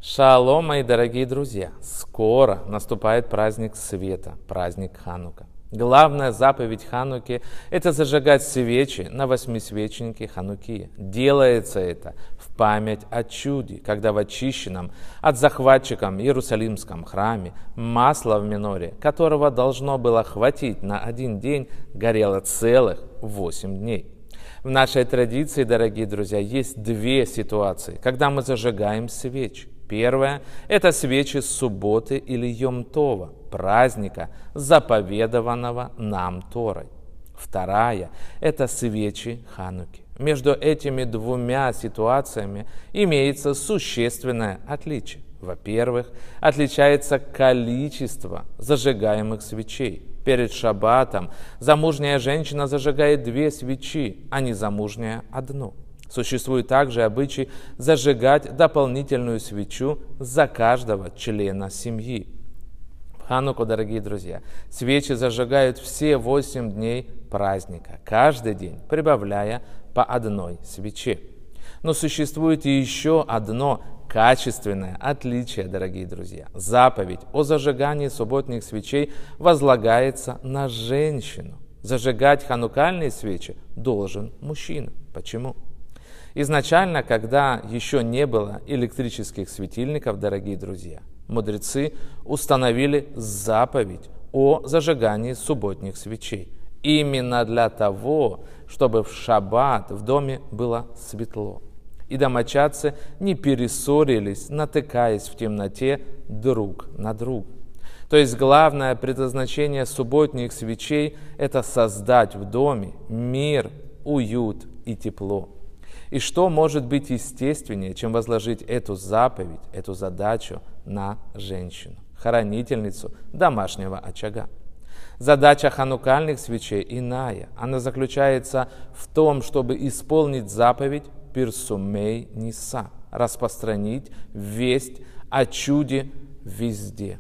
Шалом, мои дорогие друзья! Скоро наступает праздник света, праздник Ханука. Главная заповедь Хануки – это зажигать свечи на восьмисвечнике Хануки. Делается это в память о чуде, когда в очищенном от захватчиком Иерусалимском храме масло в миноре, которого должно было хватить на один день, горело целых 8 дней. В нашей традиции, дорогие друзья, есть две ситуации, когда мы зажигаем свечи. Первое – это свечи субботы или Йом-Това, праздника, заповедованного нам Торой. Вторая – это свечи Хануки. Между этими двумя ситуациями имеется существенное отличие. Во-первых, отличается количество зажигаемых свечей. Перед шаббатом замужняя женщина зажигает 2 свечи, а незамужняя – 1. Существует также обычай зажигать дополнительную свечу за каждого члена семьи. В Хануку, дорогие друзья, свечи зажигают все 8 дней праздника, каждый день прибавляя по 1 свече. Но существует и еще одно качественное отличие, дорогие друзья. Заповедь о зажигании субботних свечей возлагается на женщину. Зажигать ханукальные свечи должен мужчина. Почему? Изначально, когда еще не было электрических светильников, дорогие друзья, мудрецы установили заповедь о зажигании субботних свечей. Именно для того, чтобы в шаббат в доме было светло. И домочадцы не перессорились, натыкаясь в темноте друг на друга. То есть главное предназначение субботних свечей – это создать в доме мир, уют и тепло. И что может быть естественнее, чем возложить эту заповедь, эту задачу на женщину, хранительницу домашнего очага? Задача ханукальных свечей иная. Она заключается в том, чтобы исполнить заповедь «Пирсумей Ниса» – распространить весть о чуде везде.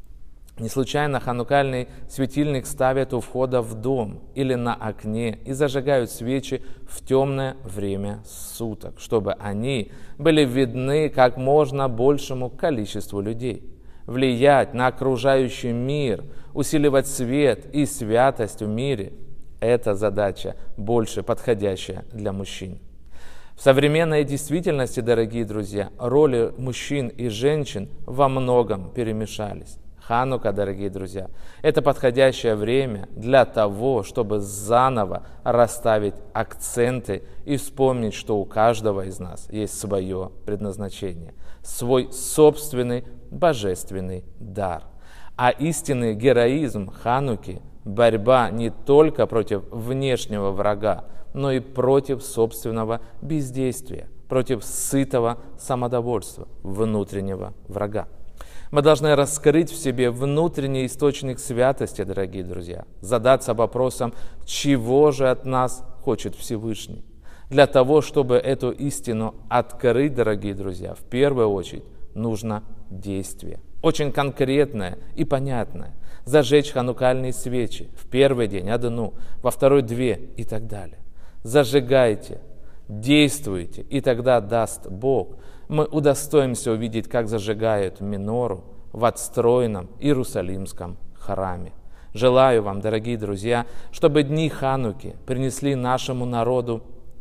Не случайно ханукальный светильник ставят у входа в дом или на окне и зажигают свечи в темное время суток, чтобы они были видны как можно большему количеству людей. Влиять на окружающий мир, усиливать свет и святость в мире – это задача, больше подходящая для мужчин. В современной действительности, дорогие друзья, роли мужчин и женщин во многом перемешались. Ханука, дорогие друзья, это подходящее время для того, чтобы заново расставить акценты и вспомнить, что у каждого из нас есть свое предназначение, свой собственный божественный дар. А истинный героизм Хануки – борьба не только против внешнего врага, но и против собственного бездействия, против сытого самодовольства, внутреннего врага. Мы должны раскрыть в себе внутренний источник святости, дорогие друзья, задаться вопросом, чего же от нас хочет Всевышний. Для того, чтобы эту истину открыть, дорогие друзья, в первую очередь нужно действие. Очень конкретное и понятное. Зажечь ханукальные свечи. В первый день 1, во второй 2 и так далее. Зажигайте, действуйте, и тогда даст Бог. Мы удостоимся увидеть, как зажигают минору в отстроенном Иерусалимском храме. Желаю вам, дорогие друзья, чтобы дни Хануки принесли нашему народу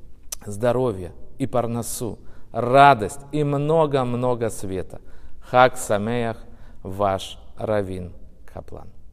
здоровье и парнасу, радость и много-много света. Хаг Самеах, ваш Равин Каплан.